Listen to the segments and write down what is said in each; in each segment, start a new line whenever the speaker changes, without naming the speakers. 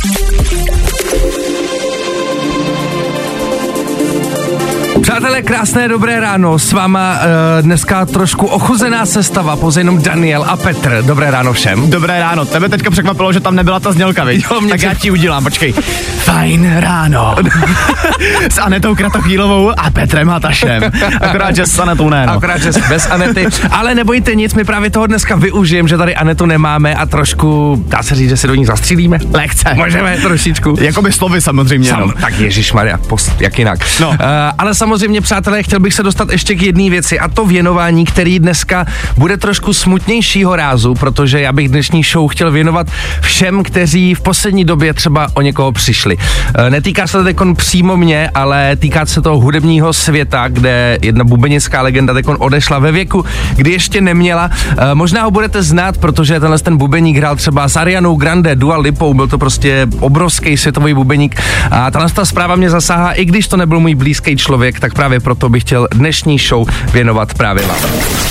Přátelé, krásné dobré ráno, s váma dneska trošku ochuzená sestava, pouze jenom Daniel a Petr. Dobré ráno všem.
Dobré ráno, tebe teďka překvapilo, že tam nebyla ta znělka, viď?
Jo,
tak já ti udělám, počkej. Fajn ráno. S Anetou Kratochvílovou a Petrem Hatašem. Akorát, že s Anetou ne, no.
Akorát, že bez Anety. Ale nebojte nic, my právě toho dneska využijeme, že tady Anetu nemáme a trošku, dá se říct, že se do ní zastřílíme.
Lehce.
Můžeme trošičku.
Jakoby slovy samozřejmě. No.
Tak ježišmarja, jak jinak.
No.
Ale samozřejmě, přátelé, chtěl bych se dostat ještě k jedné věci, a to věnování, který dneska bude trošku smutnějšího rázu, protože já bych dnešní show chtěl věnovat všem, kteří v poslední době třeba o někoho přišli. Netýká se to tekon přímo mě, ale týká se toho hudebního světa, kde jedna bubenická legenda tekon odešla ve věku, kdy ještě neměla. Možná ho budete znát, protože tenhle ten bubeník hrál třeba s Arianou Grande, Dua Lipou, byl to prostě obrovský světový bubeník. A tahle zpráva mě zasáhla, i když to nebyl můj blízký člověk, tak právě proto bych chtěl dnešní show věnovat právě vám.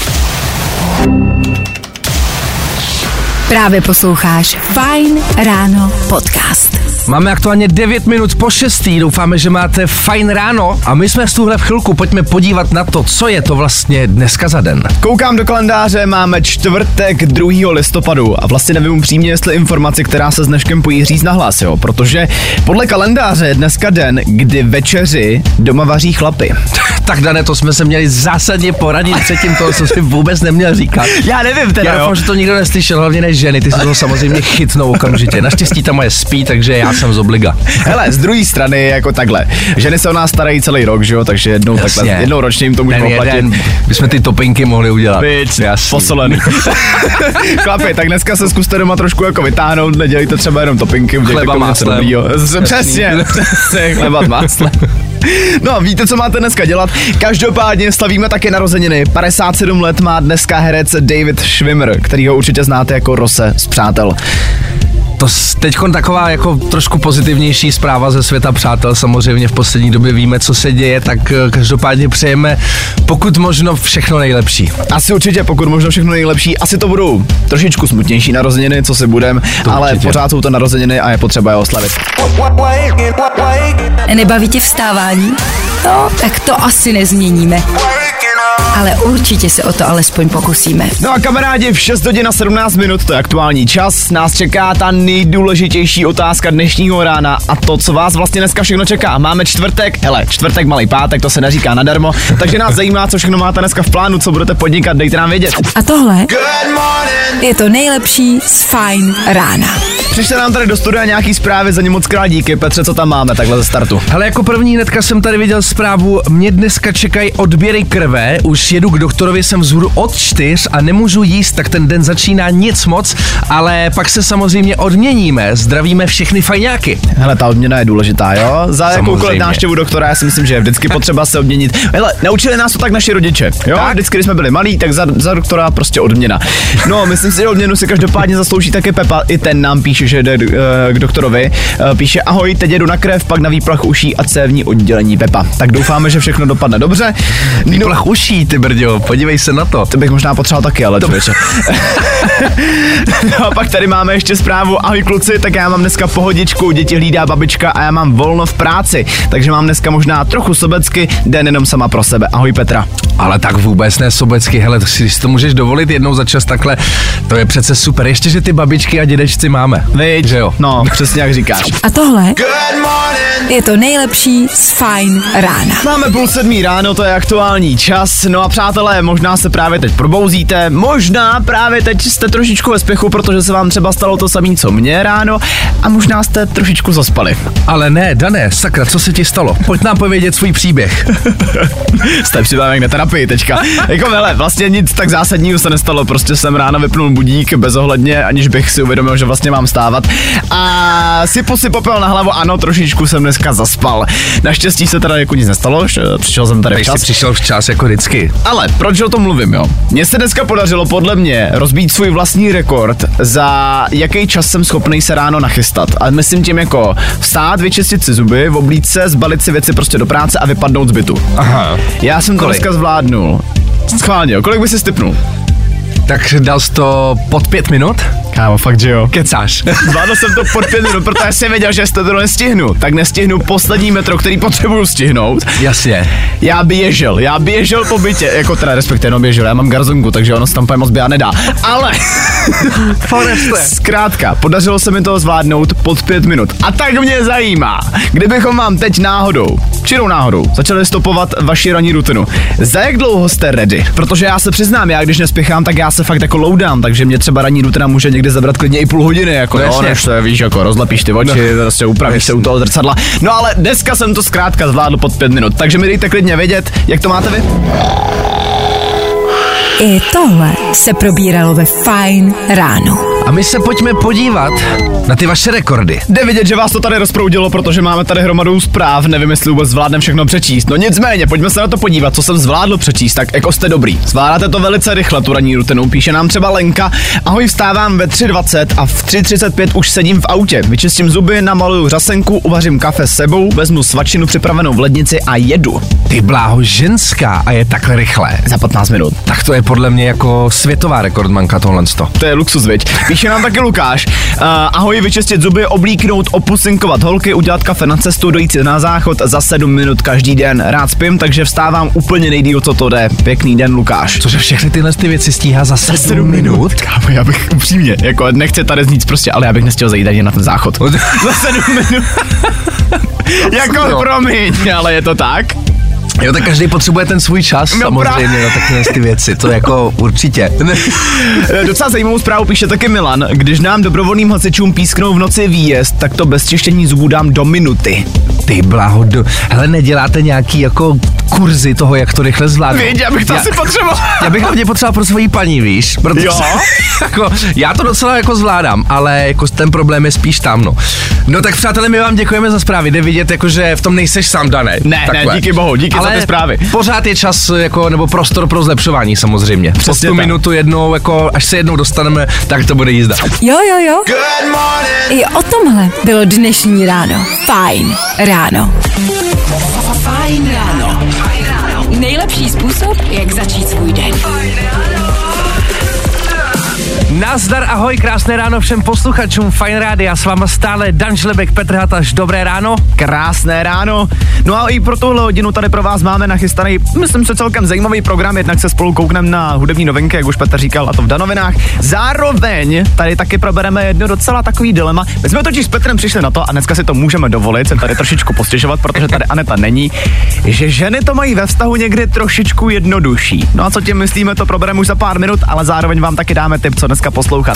Právě posloucháš Fajn ráno podcast.
Máme aktuálně 9 minut po 6. Doufáme, že máte fajn ráno a my jsme v tuhle chvilku pojďme podívat na to, co je to vlastně dneska za den.
Koukám do kalendáře, máme čtvrtek 2. listopadu a vlastně nevím upřímně, jestli informaci, která se s dneškem pojí říct nahlas, jo, protože podle kalendáře je dneska den, kdy večeři doma vaří chlapy.
Tak Dane, to jsme se měli zásadně poradit předtím toho, co jsi vůbec neměl říkat.
Já nevím teda,
já doufám, že to nikdo neslyšel, hlavně ne ženy, ty se to samozřejmě chytnou okamžitě. Naštěstí ta moje spí, takže já jsem z obliga.
Hele, z druhé strany jako takhle. Ženy se o nás starají celý rok, že jo, takže jednou ročně jim to můžeme oplatit.
Bychom ty topinky mohli udělat.
Posolený. Chlapi, tak dneska se zkuste doma trošku jako vytáhnout, nedělejte třeba jenom topinky, udělejte
chleba máslem.
Přesně, chleba máslem. No, víte, co máte dneska dělat? Každopádně slavíme také narozeniny. 57 let má dneska herec David Schwimmer, který ho určitě znáte jako Rose z Přátel.
To teďkon taková jako trošku pozitivnější zpráva ze světa přátel, samozřejmě v poslední době víme, co se děje, tak každopádně přejeme pokud možno všechno nejlepší.
Asi určitě, pokud možno všechno nejlepší, asi to budou trošičku smutnější narozeniny, co si budem, ale určitě. Pořád jsou to narozeniny a je potřeba je oslavit.
Nebaví tě vstávání? No, tak to asi nezměníme. Ale určitě se o to alespoň pokusíme.
No a kamarádi, v 6 hodin a 17 minut, to je aktuální čas, nás čeká ta nejdůležitější otázka dnešního rána a to, co vás vlastně dneska všechno čeká. Máme čtvrtek, čtvrtek, malý pátek, to se neříká nadarmo, takže nás zajímá, co všechno máte dneska v plánu, co budete podnikat, dejte nám vědět.
A tohle je to nejlepší z Fajn rána.
Přišli nám tady do studia nějaký zprávy, za ně moc krát díky. Petře, co tam máme takhle ze startu?
Hele, jako první hnedka jsem tady viděl zprávu, mě dneska čekají odběry krve, už jedu k doktorovi, jsem vzhůru od 4 a nemůžu jíst, tak ten den začíná nic moc, ale pak se samozřejmě odměníme, zdravíme všechny fajňáky.
Hele, ta odměna je důležitá, jo? Za jakoukoliv návštěvu doktora, já si myslím, že je vždycky potřeba se odměnit. Hele, naučili nás to tak naši rodiče, jo? Tak? Vždycky, když jsme byli malí, tak za doktora prostě odměna. No, myslím si, že odměnu si každopádně zaslouží také Pepa, i ten nám píše, že jde k doktorovi. Píše, ahoj, teď jedu na krev, pak na výplach uší a cévní oddělení Pepa. Tak doufáme, že všechno dopadne dobře.
Výplach uší, ty brďo, podívej se na to.
To bych možná potřeboval taky, ale člověče. No a pak tady máme ještě zprávu, ahoj kluci, tak já mám dneska pohodičku, děti hlídá babička a já mám volno v práci, takže mám dneska možná trochu sobecky, den jenom sama pro sebe. Ahoj Petra.
Ale tak vůbec ne sobecky, hele, když to můžeš dovolit jednou za čas takhle, to je přece super, ještě, že ty babičky a dědečci máme.
Víš, že jo? No, přesně jak říkáš.
A tohle je to nejlepší z Fajn rána.
Máme 6:30 ráno, to je aktuální čas, no a přátelé, možná se právě teď probouzíte, možná právě teď jste trošičku ve spěchu, protože se vám třeba stalo to samé, co mě ráno a možná jste trošičku zaspali.
Ale ne, Dané, sakra, co se ti stalo? Pojď nám povědět svůj příběh.
Jste připraven na terapii teďka. Jako hele, vlastně nic tak zásadního se nestalo, prostě jsem ráno vypnul budík bezohledně, aniž bych si uvědomil, že vlastně mám stávat. A si popel na hlavu, ano, trošičku jsem dneska zaspal. Naštěstí se teda jako nic nestalo, přišel jsem tady včas.
Jsi přišel včas jako vždycky.
Ale proč o tom mluvím, jo? Mně se dneska podařilo podle mě rozbít svůj vlastní rekord, za jaký čas jsem schopný se ráno nachystat. A myslím tím jako vstát, vyčistit si zuby, v oblídce, zbalit si věci prostě do práce a vypadnout z bytu.
Aha.
Já jsem to dneska zvládnul. Schválně, kolik by si tipnul?
Tak dal jsi to pod 5 minut?
Kámo, fakt, že jo.
Kecáš.
Zvládl jsem to pod 5 minut, protože jsem věděl, že to nestihnu. Tak nestihnu poslední metro, který potřebuju stihnout.
Jasně.
Já běžel po bytě, jako teda respektive běžel, já mám garzonku, takže ono se tam moc běhat nedá. Ale zkrátka, podařilo se mi to zvládnout pod 5 minut. A tak mě zajímá, kdybychom vám teď čirou náhodou, začali stopovat vaši ranní rutinu. Za jak dlouho jste ready? Protože já se přiznám, já když nespěchám, tak já se fakt jako loudám, takže mě třeba ranní rutina může někdy zabrat klidně i půl hodiny, jako no, než se víš, jako rozlepíš ty oči, prostě upravíš se u toho zrcadla. No ale dneska jsem to zkrátka zvládl pod 5 minut, takže mi dejte klidně vědět, jak to máte vy?
I tohle se probíralo ve Fajn ráno.
A my se pojďme podívat na ty vaše rekordy.
Jde vidět, že vás to tady rozproudilo, protože máme tady hromadu zpráv, nevím, jestli vůbec zvládnem všechno přečíst. No nicméně, pojďme se na to podívat, co jsem zvládl přečíst, tak jako jste dobrý. Zvládáte to velice rychle, tu ranní rutinu, píše nám třeba Lenka. Ahoj, vstávám ve 3:20 a v 3:35 už sedím v autě. Vyčistím zuby, namaluju řasenku, uvařím kafe s sebou, vezmu svačinu připravenou v lednici a jedu.
Ty bláho, ženská a je takhle rychlé.
Za 15 minut.
Tak to je podle mě jako světová rekordmanka tohle.
To je luxus, viď? Píše nám taky Lukáš. Ahoj, vyčistit zuby, oblíknout, opusinkovat holky, udělat kafe na cestu, dojít si na záchod za 7 minut každý den. Rád spím, takže vstávám úplně nejdýl, co to jde. Pěkný den, Lukáš.
Cože všechny tyhle ty věci stíhá za 7 minut?
Kámo, já bych upřímně, jako nechci tady znít prostě, ale já bych nechtěl zajít ani na ten záchod. Za 7 minut. Jako promiň, ale je to tak.
Jo, tak každý potřebuje ten svůj čas, samozřejmě, na takové ty věci, to jako určitě.
Docela zajímavou zprávu píše taky Milan. Když nám dobrovolným hasičům písknou v noci výjezd, tak to bez čištění zubů dám do minuty.
Ty bláho, hele, neděláte nějaký jako kurzy toho, jak to rychle zvládnout?
Víš, já bych to asi potřeboval.
Já bych hlavně potřeboval pro svojí paní, víš? Protože,
jo?
Jako, já to docela jako zvládám, ale jako ten problém je spíš tam, no. No tak přátelé, my vám děkujeme za zprávy, jde vidět, jako, že v tom nejseš sám, Dané.
Ne, díky bohu, díky ale za ty zprávy.
Pořád je čas, jako, nebo prostor pro zlepšování samozřejmě. Přesně po tu minutu jednou, jako, až se jednou dostaneme, tak to bude jízda.
Jo. I o tomhle bylo dnešní ráno. Fajn ráno. Fajn ráno. Nejlepší způsob, jak začít svůj den.
Nazdar, ahoj, krásné ráno všem posluchačům Fajn rádia, s váma stále Dan Žlebek, Petr Hataš, dobré ráno.
Krásné ráno. No a i pro tuhle hodinu tady pro vás máme nachystaný, myslím si, celkem zajímavý program, jednak se spolu koukneme na hudební novinky, jak už Petr říkal, a to v Danovinách. Zároveň tady taky probereme jedno docela takový dilema. My jsme totiž s Petrem přišli na to a dneska si to můžeme dovolit, se tady trošičku postěžovat, protože tady Aneta není, že ženy to mají ve vztahu někdy trošičku jednodušší. No a co tím myslíme, to probereme už za pár minut, ale zároveň vám taky dáme tip, co dneska poslouchat.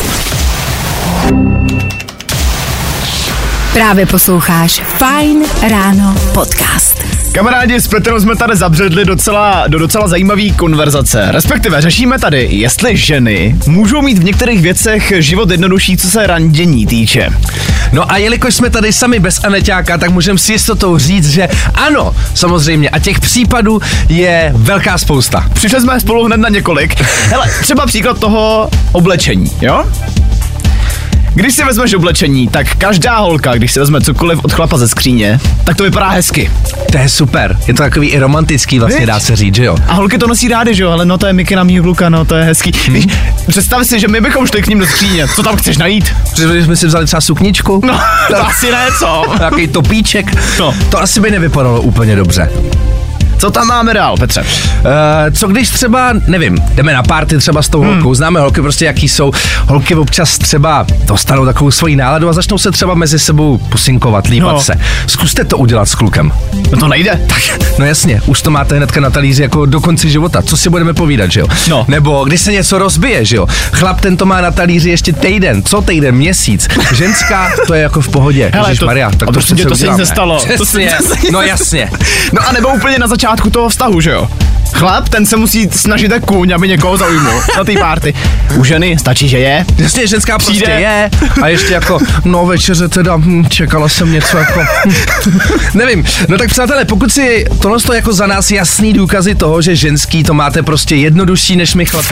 Právě posloucháš Fajn ráno podcast.
Kamarádi, s Petrem jsme tady zabředli do docela zajímavý konverzace. Respektive řešíme tady, jestli ženy můžou mít v některých věcech život jednodušší, co se randění týče.
No a jelikož jsme tady sami bez Aneťáka, tak můžeme s jistotou říct, že ano, samozřejmě. A těch případů je velká spousta.
Přišli jsme spolu hned na několik. Hele, třeba příklad toho oblečení, jo? Když si vezmeš oblečení, tak každá holka, když si vezme cokoliv od chlapa ze skříně, tak to vypadá hezky.
To je super, je to takový i romantický vlastně, dá se říct, že jo?
A holky to nosí rády, že jo, ale no to je mikina mýho kluka, no to je hezký. Víš, představ si, že my bychom šli k ním do skříně, co tam chceš najít?
Protože jsme si vzali třeba sukničku.
No, to asi ne, co?
Takový topíček, no. To asi by nevypadalo úplně dobře.
Co tam máme dál, Petře?
Co když třeba, nevím, jdeme na party třeba s tou holkou, známe holky prostě jaký jsou, holky občas třeba dostanou takovou svoji náladu a začnou se třeba mezi sebou pusinkovat, líbat se. Zkuste to udělat s klukem.
No to nejde.
Tak, no jasně, už to máte hnedka na talíři jako do konce života, co si budeme povídat, že jo?
No.
Nebo když se něco rozbije, že jo? Chlap ten to má na talíři ještě týden, měsíc, ženská, to je jako v pohodě.
Ježišmarja, tak to se nic nestalo.
Přesně, no jasně.
No a nebo úplně na začátku toho vztahu, že jo? Chlap, ten se musí snažit jak kůň, aby někoho zaujmul na té party. U ženy stačí, že je.
Jasně, ženská
přijde.
Prostě je. A ještě jako, no večeře teda, čekala jsem něco jako, nevím. No tak přátelé, pokud si tohle to jako za nás jasný důkazy toho, že ženský to máte prostě jednodušší než my chlapi.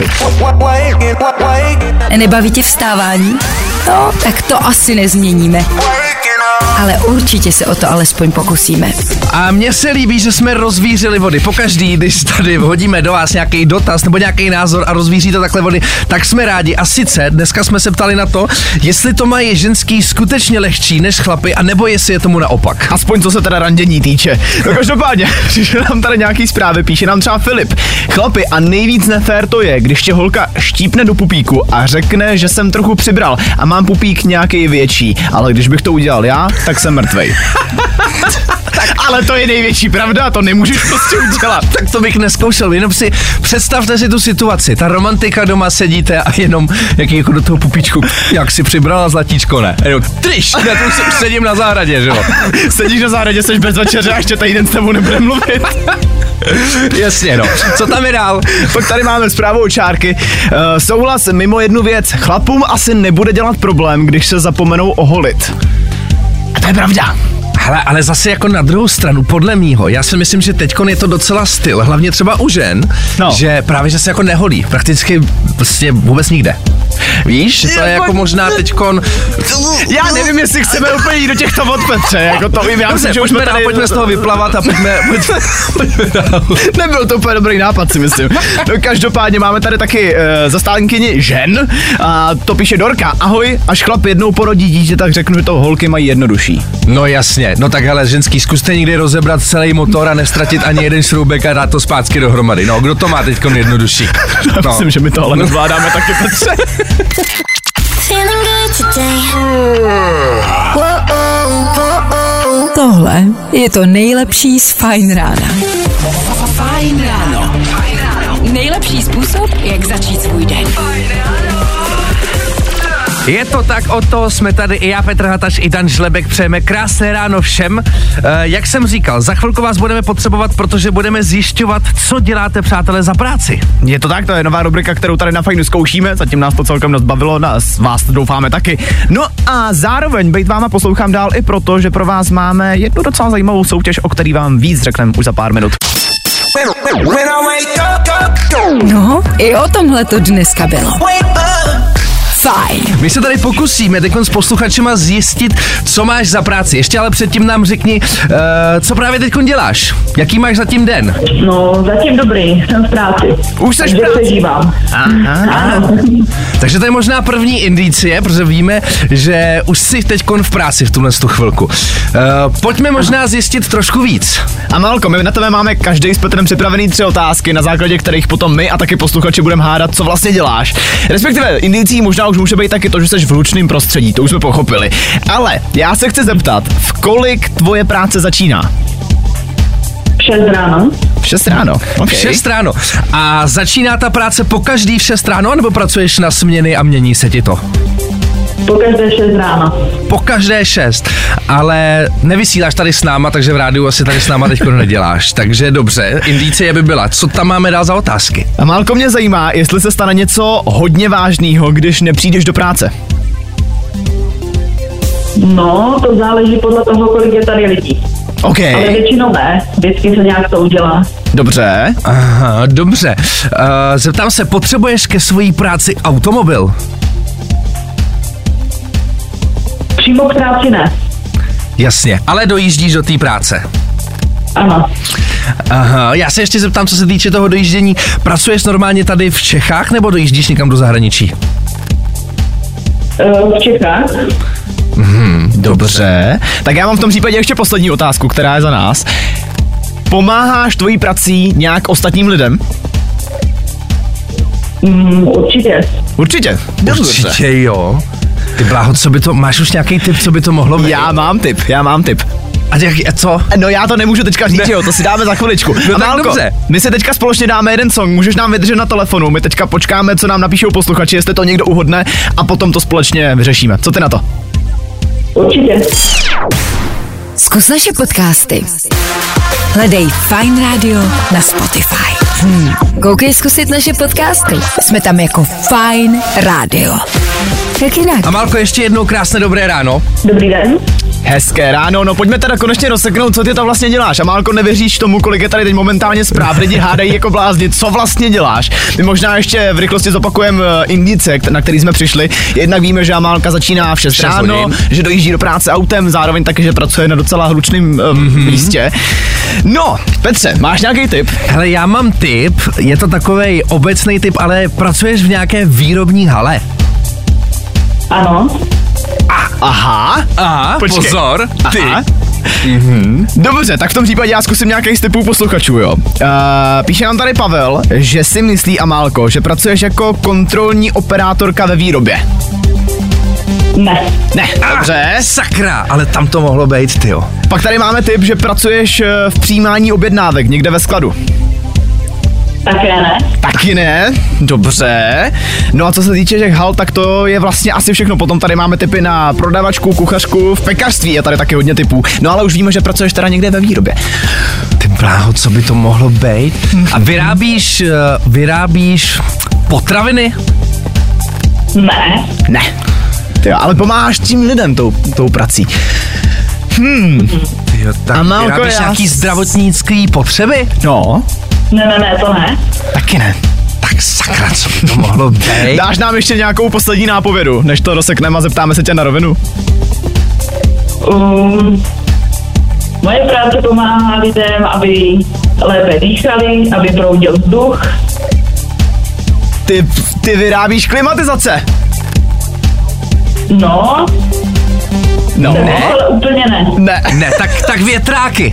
Nebaví tě vstávání? No, tak to asi nezměníme. ale určitě se o to alespoň pokusíme.
A mně se líbí, že jsme rozvířili vody. Pokaždý, když tady hodíme do vás nějaký dotaz nebo nějaký názor a rozvíří to takhle vody, tak jsme rádi. A sice dneska jsme se ptali na to, jestli to mají ženský skutečně lehčí než chlapy, a nebo jestli je tomu naopak.
Aspoň co se teda randění týče. No každopádně, přišel nám tady nějaký zprávy, píše nám třeba Filip. Chlapi, a nejvíc nefér to je, když tě holka štípne do pupíku a řekne, že jsem trochu přibral a mám pupík nějaký větší, ale když bych to udělal já, tak jsem mrtvej. Tak, ale to je největší pravda, to nemůžeš prostě udělat.
Tak to bych neskoušel, jenom si představte si tu situaci. Ta romantika, doma sedíte a jenom jak jako do toho pupičku, jak si přibrala zlatíčko, ne? Jenom tryš, já tu už sedím na zahradě, že jo?
Sedíš na zahradě, jsi bez večeře a ještě týden s tebou nebude mluvit.
Jasně, no. Co tam je dál?
Pak tady máme zprávu od Čárky. Souhlas mimo jednu věc. Chlapům asi nebude dělat problém, když se zapomenou oholit. A to je pravda.
Hele, ale zase jako na druhou stranu, podle mýho, já si myslím, že teďkon je to docela styl, hlavně třeba u žen, že právě, že se jako neholí, prakticky vlastně vůbec nikde. Víš, to je jako možná teďkon...
Já nevím, jestli chceme úplně jít do těchto vod, Petře, jako to vím, já myslím, že už jsme tady...
Pojďme z toho vyplavat a pojďme dál.
Nebyl to úplně dobrý nápad, si myslím. No, každopádně máme tady taky zastánkyni žen a to píše Dorka. Ahoj, až chlap jednou porodí dítě, tak řeknu, že to holky mají jednodušší.
No jasně, no tak hele, ženský, zkuste někdy rozebrat celý motor a nestratit ani jeden šroubek a dát to zpátky dohromady. No, kdo to má teďkon jednodušší?
No. Myslím, že my to ale nezvládáme taky, Petře.
Tohle je to nejlepší z Fajn rána.
Fajn ráno. Nejlepší způsob, jak začít svůj den.
Je to tak, o to jsme tady i já, Petr Hataš, i Dan Žlebek, přejeme krásné ráno všem. Jak jsem říkal, za chvilku vás budeme potřebovat, protože budeme zjišťovat, co děláte, přátelé, za práci.
Je to tak, to je nová rubrika, kterou tady na Fajnu zkoušíme, zatím nás to celkem dost bavilo, vás doufáme taky. No a zároveň bejt váma poslouchám dál i proto, že pro vás máme jednu docela zajímavou soutěž, o který vám víc řekneme už za pár minut.
No, i o tomhle to dneska bylo. Fajn.
My se tady pokusíme teď s posluchačima zjistit, co máš za práci. Ještě ale předtím nám řekni, co právě teď děláš. Jaký máš zatím den?
No, zatím dobrý, jsem v práci.
Už seš v práci?
Přežívám.
Aha.
Takže to je možná první indicie, protože víme, že už jsi teďkon v práci v tuhle chvilku. Pojďme možná zjistit trošku víc.
A Malko, my na tebe máme každý s Petrem připravený 3 otázky, na základě kterých potom my a taky posluchači budeme hádat, co vlastně děláš. Respektive indicí možná už může být taky to, že jsi v hlučném prostředí, to už jsme pochopili. Ale já se chci zeptat, v kolik tvoje práce začíná?
6 ráno.
V 6 ráno, ok.
V 6 ráno. A začíná ta práce pokaždý v 6 ráno, nebo pracuješ na směny a mění se ti to?
Po každé 6 ráno.
Po každé 6, ale nevysíláš tady s náma, takže v rádiu asi tady s náma teďko neděláš. Takže dobře, indicie by byla. Co tam máme dál za otázky?
A Málko, mě zajímá, jestli se stane něco hodně vážného, když nepřijdeš do práce.
No, to záleží podle toho, kolik je tady lidí.
OK.
Ale většinou ne, vždycky se nějak to udělá.
Dobře.
Aha, dobře. Zeptám se, potřebuješ ke své práci automobil?
Přímo k práci ne.
Jasně, ale dojíždíš do té práce.
Ano.
Aha, já se ještě zeptám, co se týče toho dojíždění. Pracuješ normálně tady v Čechách, nebo dojíždíš někam do zahraničí?
V Čechách.
Dobře. Tak já mám v tom případě ještě poslední otázku, která je za nás. Pomáháš tvojí prací nějak ostatním lidem?
Určitě.
Určitě.
Určitě jo. Ty bláho, co by to, máš už nějaký tip, co by to mohlo být?
Já mám tip.
A co?
No já to nemůžu teďka říct, jo, to si dáme za chviličku.
No
a Málko,
dobře.
My si teďka společně dáme jeden song, můžeš nám vydržet na telefonu, my teďka počkáme, co nám napíšou posluchači, jestli to někdo uhodne a potom to společně vyřešíme. Co ty na to?
Určitě.
Zkus naše podcasty. Hledej Fajn Radio na Spotify. Koukej zkusit naše podcasty. Jsme tam jako Fajn Radio. Jak jinak?
A Málko, ještě jednou krásné dobré ráno.
Dobrý den.
Hezké ráno, no pojďme teda konečně rozseknout, co ty tam vlastně děláš. Amálko, nevěříš tomu, kolik je tady teď momentálně zpráv, lidi hádají jako blázni, co vlastně děláš. My možná ještě v rychlosti zopakujeme indice, na který jsme přišli. Jednak víme, že Amálka začíná v 6 ráno, že dojíždí do práce autem, zároveň taky, že pracuje na docela hlučném místě. No, Petře, máš nějaký tip?
Hele, já mám tip, je to takovej obecný tip, ale pracuješ v nějaké výrobní hale?
Ano.
Aha,
počkej. Pozor, ty.
Dobře, tak v tom případě já zkusím nějaký z typů posluchačů, jo. Píše nám tady Pavel, že si myslí, Amálko, že pracuješ jako kontrolní operátorka ve výrobě. Ne, dobře.
Sakra, ale tam to mohlo být, tyjo.
Pak tady máme tip, že pracuješ v přijímání objednávek někde ve skladu. Taky ne, dobře. No a co se týče těch hal, tak to je vlastně asi všechno. Potom tady máme tipy na prodavačku, kuchařku, v pekařství je tady taky hodně tipů. No ale už víme, že pracuješ teda někde ve výrobě.
Ty bláho, co by to mohlo být? A vyrábíš potraviny?
Ne.
Ty, ale pomáháš tím lidem tou prací.
Tyjo, tak
Amálko,
vyrábíš nějaký zdravotnický potřeby?
No.
Ne, to ne.
Taky ne.
Tak sakra, co by to mohlo být?
Dáš nám ještě nějakou poslední nápovědu, než to rozsekneme a zeptáme se tě na rovinu?
Moje práce pomáhá lidem, aby lépe dýchali, aby proudil vzduch.
Ty vyrábíš klimatizace.
No. Ne, ale úplně ne.
Ne, tak větráky.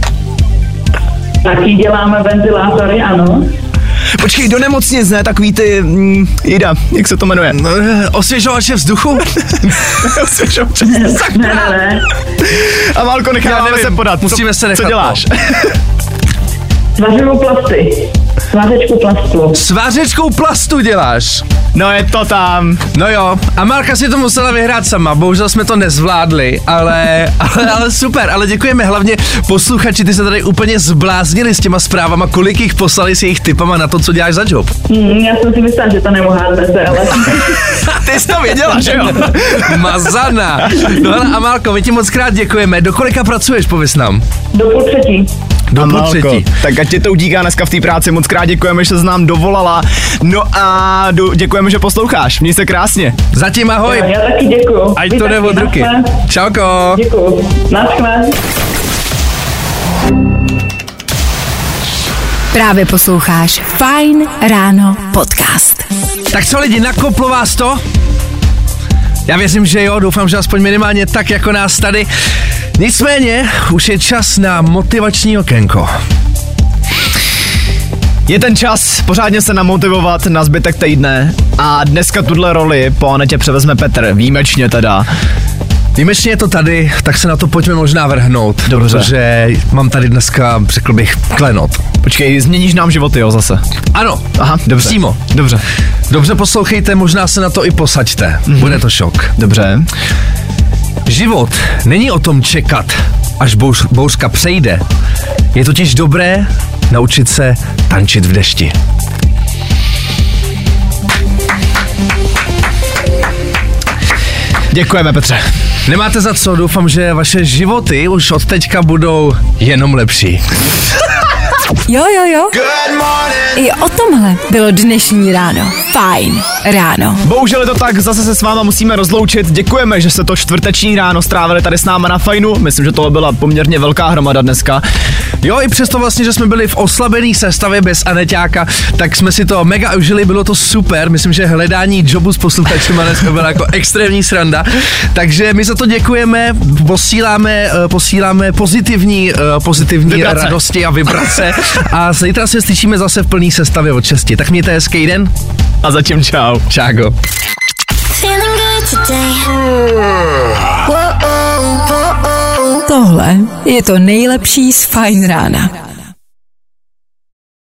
Taky děláme ventilátory, ano.
Počkej, do nemocnic, ne? Takový ty, Jida, jak se to jmenuje?
Osvěžovače vzduchu?
Osvěžovače.
Ne.
A Amálko, necháváme se podat.
Musíme se nechat.
Co děláš?
Svařuju plasty. Svářečku plastu.
Svářečkou plastu děláš?
No je to tam.
No jo, Amálka si to musela vyhrát sama, bohužel jsme to nezvládli, ale super, ale děkujeme hlavně posluchači, ty se tady úplně zbláznili s těma zprávama, kolik jich poslali s jejich tipama na to, co děláš za job.
Já jsem si myslela, že to nemohádnete, ale...
Ty jsi to věděla, že jo?
Mazana. No ale Amálko, my ti moc krát děkujeme. Do kolika pracuješ, pověz nám?
Do 2:30.
Do 2:30.
Tak ať tě to udíká dneska v té práci, moc krát děkujeme, že jsi nám dovolala. No a děkujeme, že posloucháš. Měj se krásně.
Zatím ahoj.
Já taky děkuju.
Ať to jde od ruky. Čauko.
Děkuju. Naschle.
Právě posloucháš Fajn ráno podcast.
Tak co lidi, nakoplo vás to? Já věřím, že jo, doufám, že aspoň minimálně tak jako nás tady. Nicméně, už je čas na motivační okénko.
Je ten čas pořádně se namotivovat na zbytek týdne a dneska tuhle roli po Anetě převezme Petr, výjimečně teda.
Výjimečně je to tady, tak se na to pojďme možná vrhnout,
dobře.
Protože mám tady dneska, řekl bych, klenot.
Počkej, změníš nám životy, jo, zase?
Ano,
aha, dobře.
Přímo.
Dobře.
Dobře poslouchejte, možná se na to i posaďte, bude to šok.
Dobře.
Život není o tom čekat, až bouřka přejde. Je totiž dobré naučit se tančit v dešti.
Děkujeme, Petře.
Nemáte za co, doufám, že vaše životy už od teďka budou jenom lepší.
Jo. I o tomhle bylo dnešní ráno. Fajn ráno.
Bohužel je to tak, zase se s váma musíme rozloučit. Děkujeme, že se to čtvrteční ráno strávili tady s náma na Fajnu. Myslím, že to byla poměrně velká hromada dneska.
Jo, i přesto vlastně, že jsme byli v oslabený sestavě bez Aneťáka, tak jsme si to mega užili, bylo to super. Myslím, že hledání jobu s posluchačima dneska byla jako extrémní sranda. Takže my za to děkujeme, posíláme pozitivní
vibrace.
Radosti a vibrace a zítra se slyšíme zase v plný sestavě od 6. Tak mějte hezký den.
A zatím čau.
Čágo.
Tohle je to nejlepší z Fajn rána.